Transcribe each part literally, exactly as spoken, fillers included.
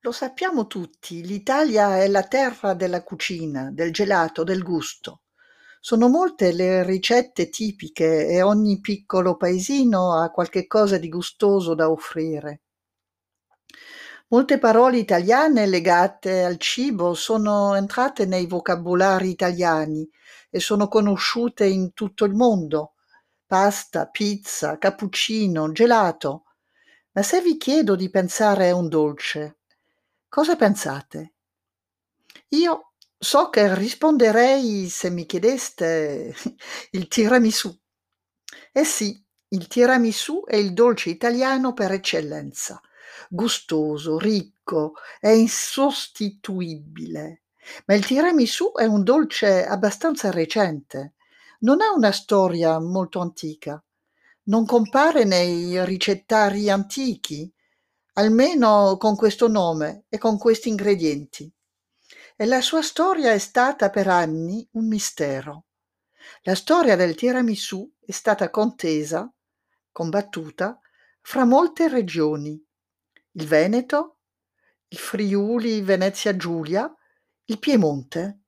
Lo sappiamo tutti, l'Italia è la terra della cucina, del gelato, del gusto. Sono molte le ricette tipiche e ogni piccolo paesino ha qualche cosa di gustoso da offrire. Molte parole italiane legate al cibo sono entrate nei vocabolari italiani e sono conosciute in tutto il mondo. Pasta, pizza, cappuccino, gelato. Ma se vi chiedo di pensare a un dolce, cosa pensate? Io so che risponderei, se mi chiedeste, il tiramisù. Eh sì, il tiramisù è il dolce italiano per eccellenza. Gustoso, ricco, è insostituibile. Ma il tiramisù è un dolce abbastanza recente. Non ha una storia molto antica. Non compare nei ricettari antichi, almeno con questo nome e con questi ingredienti. E la sua storia è stata per anni un mistero. La storia del tiramisù è stata contesa, combattuta, fra molte regioni: il Veneto, il Friuli Venezia Giulia, il Piemonte.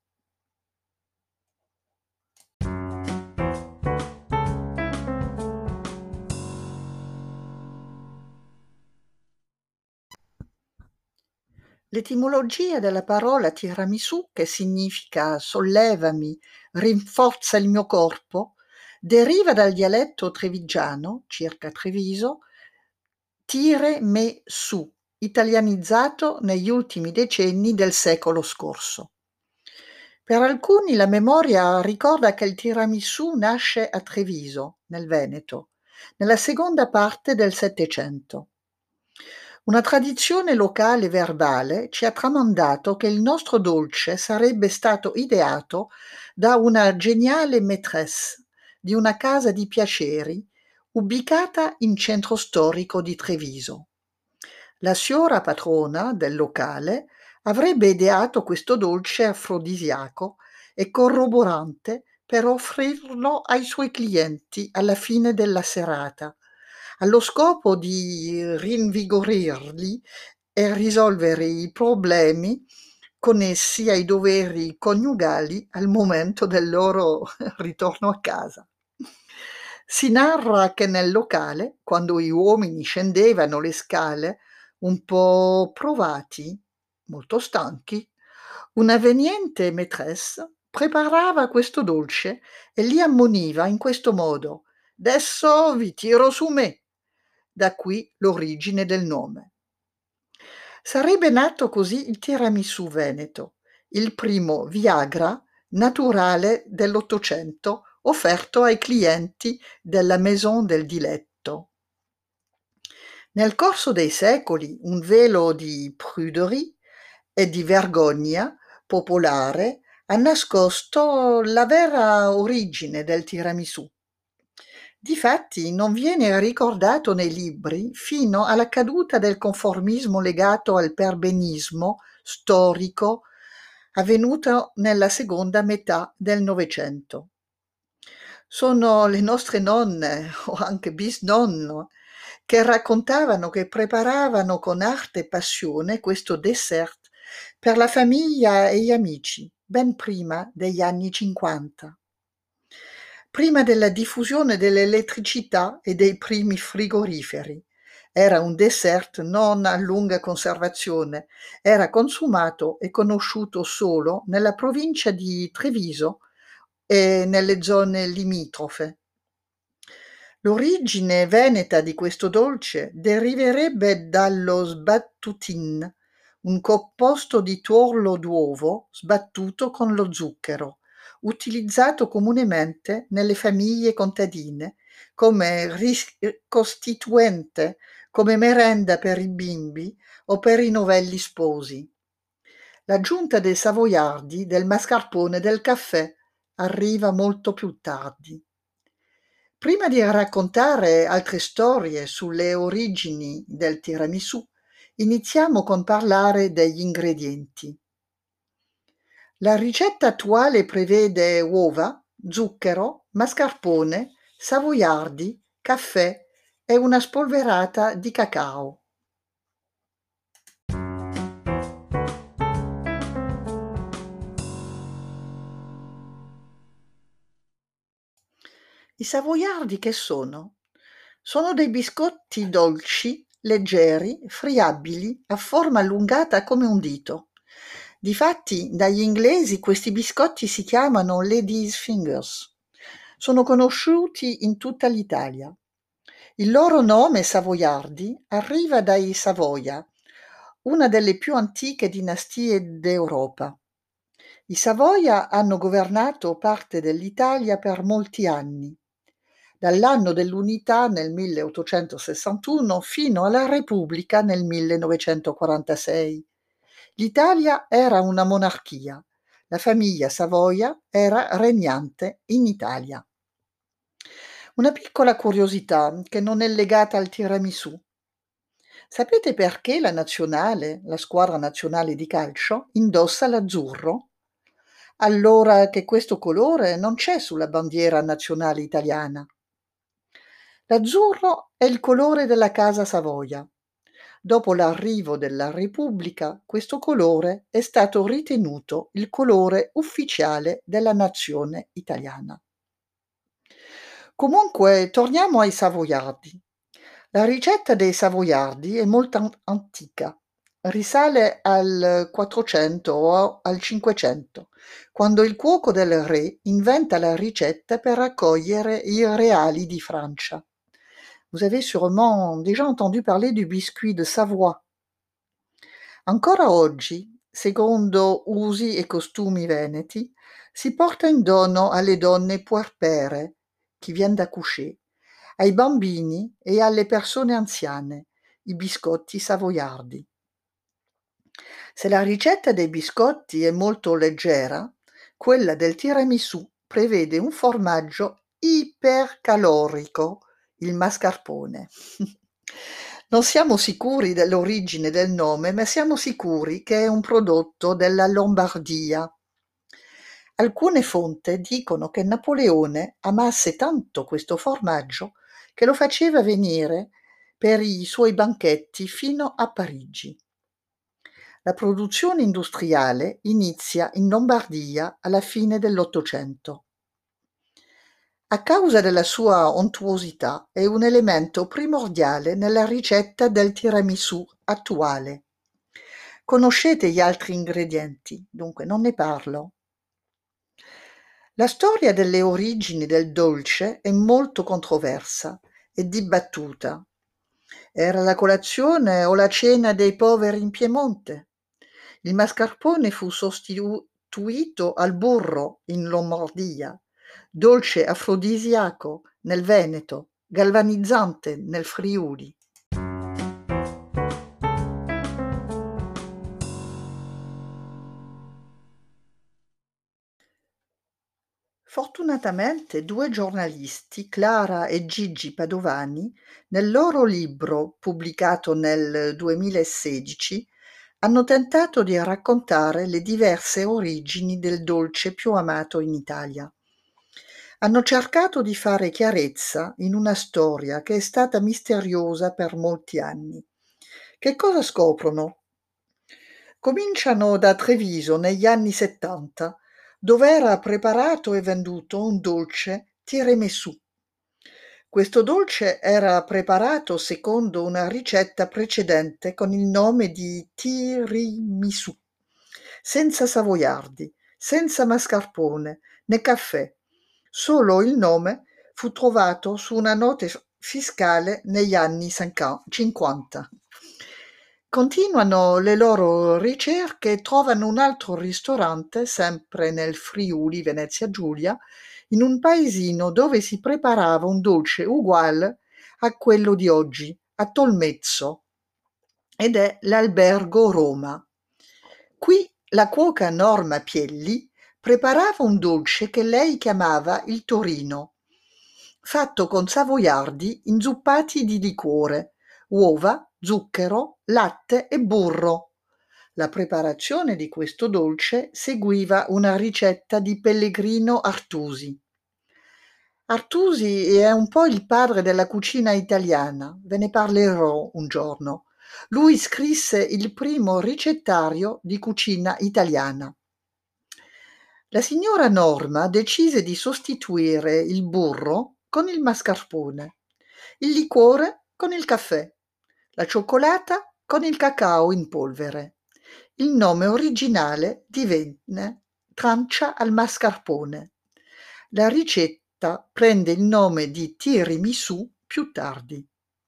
L'etimologia della parola tiramisù, che significa sollevami, rinforza il mio corpo, deriva dal dialetto trevigiano, circa Treviso, tire me su, italianizzato negli ultimi decenni del secolo scorso. Per alcuni la memoria ricorda che il tiramisù nasce a Treviso, nel Veneto, nella seconda parte del Settecento. Una tradizione locale verbale ci ha tramandato che il nostro dolce sarebbe stato ideato da una geniale maîtresse di una casa di piaceri ubicata in centro storico di Treviso. La signora patrona del locale avrebbe ideato questo dolce afrodisiaco e corroborante per offrirlo ai suoi clienti alla fine della serata, allo scopo di rinvigorirli e risolvere i problemi connessi ai doveri coniugali al momento del loro ritorno a casa. Si narra che nel locale, quando gli uomini scendevano le scale, un po' provati, molto stanchi, una veniente maîtresse preparava questo dolce e li ammoniva in questo modo: «Adesso vi tiro su me». Da qui l'origine del nome. Sarebbe nato così il tiramisù veneto, il primo Viagra naturale dell'Ottocento offerto ai clienti della Maison del Diletto. Nel corso dei secoli un velo di pruderie e di vergogna popolare ha nascosto la vera origine del tiramisù. Difatti non viene ricordato nei libri fino alla caduta del conformismo legato al perbenismo storico avvenuto nella seconda metà del Novecento. Sono le nostre nonne o anche bisnonno che raccontavano che preparavano con arte e passione questo dessert per la famiglia e gli amici, ben prima degli anni cinquanta. Prima della diffusione dell'elettricità e dei primi frigoriferi. Era un dessert non a lunga conservazione, era consumato e conosciuto solo nella provincia di Treviso e nelle zone limitrofe. L'origine veneta di questo dolce deriverebbe dallo sbattutin, un composto di tuorlo d'uovo sbattuto con lo zucchero, utilizzato comunemente nelle famiglie contadine come ris- costituente, come merenda per i bimbi o per i novelli sposi. L'aggiunta dei savoiardi, del mascarpone, del caffè arriva molto più tardi. Prima di raccontare altre storie sulle origini del tiramisù, iniziamo con parlare degli ingredienti. La ricetta attuale prevede uova, zucchero, mascarpone, savoiardi, caffè e una spolverata di cacao. I savoiardi che sono? Sono dei biscotti dolci, leggeri, friabili, a forma allungata come un dito. Difatti, dagli inglesi questi biscotti si chiamano Lady's Fingers. Sono conosciuti in tutta l'Italia. Il loro nome savoiardi arriva dai Savoia, una delle più antiche dinastie d'Europa. I Savoia hanno governato parte dell'Italia per molti anni, dall'anno dell'unità nel milleottocentosessantuno fino alla Repubblica nel millenovecentoquarantasei. L'Italia era una monarchia. La famiglia Savoia era regnante in Italia. Una piccola curiosità che non è legata al tiramisù. Sapete perché la nazionale, la squadra nazionale di calcio, indossa l'azzurro? Allora che questo colore non c'è sulla bandiera nazionale italiana. L'azzurro è il colore della Casa Savoia. Dopo l'arrivo della Repubblica, questo colore è stato ritenuto il colore ufficiale della nazione italiana. Comunque, torniamo ai savoiardi. La ricetta dei savoiardi è molto an- antica, risale al quattrocento o al cinquecento, quando il cuoco del re inventa la ricetta per raccogliere i reali di Francia. Vous avez sûrement déjà entendu parler du biscuit de Savoie. Ancora oggi, secondo usi e costumi veneti, si porta in dono alle donne puerpere, chi vien d'accoucher, ai bambini e alle persone anziane, i biscotti savoiardi. Se la ricetta dei biscotti è molto leggera, quella del tiramisù prevede un formaggio ipercalorico, il mascarpone. Non siamo sicuri dell'origine del nome, ma siamo sicuri che è un prodotto della Lombardia. Alcune fonti dicono che Napoleone amasse tanto questo formaggio che lo faceva venire per i suoi banchetti fino a Parigi. La produzione industriale inizia in Lombardia alla fine dell'Ottocento. A causa della sua untuosità è un elemento primordiale nella ricetta del tiramisù attuale. Conoscete gli altri ingredienti, dunque non ne parlo. La storia delle origini del dolce è molto controversa e dibattuta. Era la colazione o la cena dei poveri in Piemonte? Il mascarpone fu sostituito al burro in Lombardia, dolce afrodisiaco nel Veneto, galvanizzante nel Friuli. Fortunatamente due giornalisti, Clara e Gigi Padovani, nel loro libro pubblicato nel duemilasedici, hanno tentato di raccontare le diverse origini del dolce più amato in Italia. Hanno cercato di fare chiarezza in una storia che è stata misteriosa per molti anni. Che cosa scoprono? Cominciano da Treviso negli anni settanta, dove era preparato e venduto un dolce tiramisù. Questo dolce era preparato secondo una ricetta precedente con il nome di tiramisù, senza savoiardi, senza mascarpone né caffè. Solo il nome fu trovato su una nota fiscale negli anni cinquanta. Continuano le loro ricerche e trovano un altro ristorante, sempre nel Friuli Venezia Giulia, in un paesino dove si preparava un dolce uguale a quello di oggi, a Tolmezzo, ed è l'Albergo Roma. Qui la cuoca Norma Pielli preparava un dolce che lei chiamava il Torino, fatto con savoiardi inzuppati di liquore, uova, zucchero, latte e burro. La preparazione di questo dolce seguiva una ricetta di Pellegrino Artusi. Artusi è un po' il padre della cucina italiana, ve ne parlerò un giorno. Lui scrisse il primo ricettario di cucina italiana. La signora Norma decise di sostituire il burro con il mascarpone, il liquore con il caffè, la cioccolata con il cacao in polvere. Il nome originale divenne trancia al mascarpone. La ricetta prende il nome di tiramisù più tardi.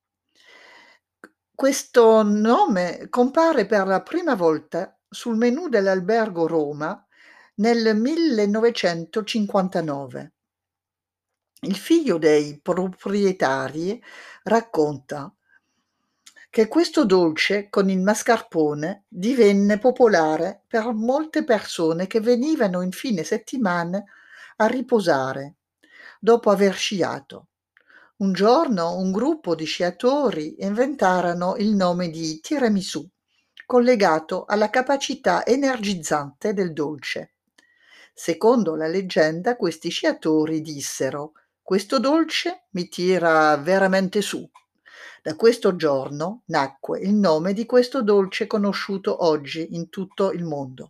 Questo nome compare per la prima volta sul menù dell'Albergo Roma nel millenovecentocinquantanove. Il figlio dei proprietari racconta che questo dolce con il mascarpone divenne popolare per molte persone che venivano in fine settimana a riposare dopo aver sciato. Un giorno un gruppo di sciatori inventarono il nome di tiramisù, collegato alla capacità energizzante del dolce. Secondo la leggenda, questi sciatori dissero: "Questo dolce mi tira veramente su". Da questo giorno nacque il nome di questo dolce conosciuto oggi in tutto il mondo.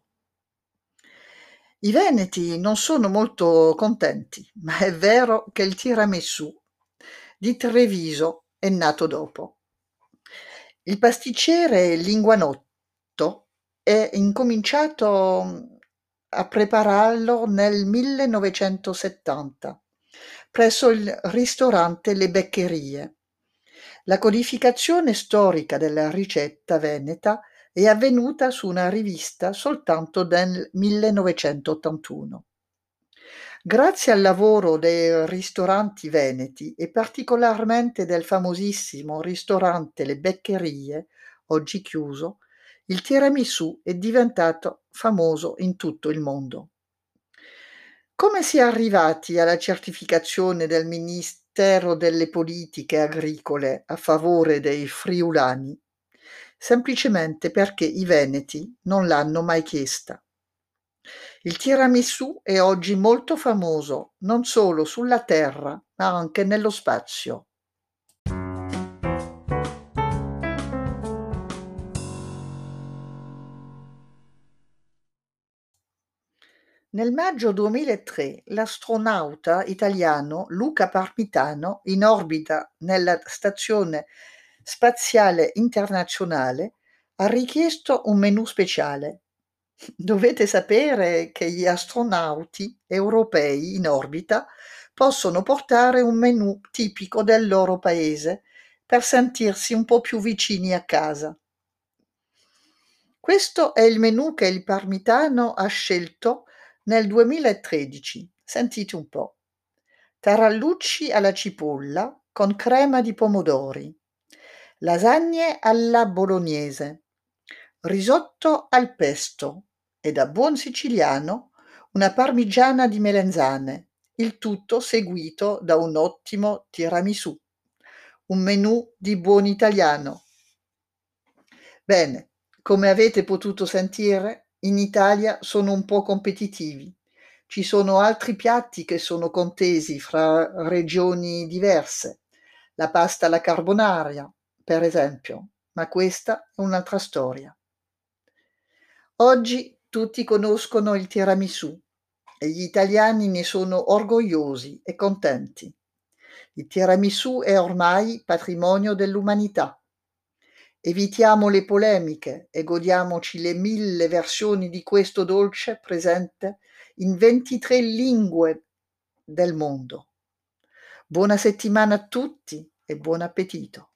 I veneti non sono molto contenti, ma è vero che il tiramisù di Treviso è nato dopo. Il pasticcere Linguanotto è incominciato mm, a prepararlo nel millenovecentosettanta presso il ristorante Le Beccherie. La codificazione storica della ricetta veneta è avvenuta su una rivista soltanto nel millenovecentottantuno. Grazie al lavoro dei ristoranti veneti e particolarmente del famosissimo ristorante Le Beccherie, oggi chiuso, il tiramisù è diventato famoso in tutto il mondo. Come si è arrivati alla certificazione del Ministero delle Politiche Agricole a favore dei friulani? Semplicemente perché i veneti non l'hanno mai chiesta. Il tiramisù è oggi molto famoso non solo sulla terra, ma anche nello spazio. Nel maggio duemilatré l'astronauta italiano Luca Parmitano, in orbita nella Stazione Spaziale Internazionale, ha richiesto un menù speciale. Dovete sapere che gli astronauti europei in orbita possono portare un menù tipico del loro paese per sentirsi un po' più vicini a casa. Questo è il menù che il Parmitano ha scelto nel duemilatredici. Sentite un po'. Tarallucci alla cipolla con crema di pomodori, lasagne alla bolognese, risotto al pesto e da buon siciliano una parmigiana di melenzane, il tutto seguito da un ottimo tiramisù, un menù di buon italiano. Bene, come avete potuto sentire, in Italia sono un po' competitivi. Ci sono altri piatti che sono contesi fra regioni diverse, la pasta alla carbonara, per esempio, ma questa è un'altra storia. Oggi tutti conoscono il tiramisù e gli italiani ne sono orgogliosi e contenti. Il tiramisù è ormai patrimonio dell'umanità. Evitiamo le polemiche e godiamoci le mille versioni di questo dolce presente in ventitré lingue del mondo. Buona settimana a tutti e buon appetito!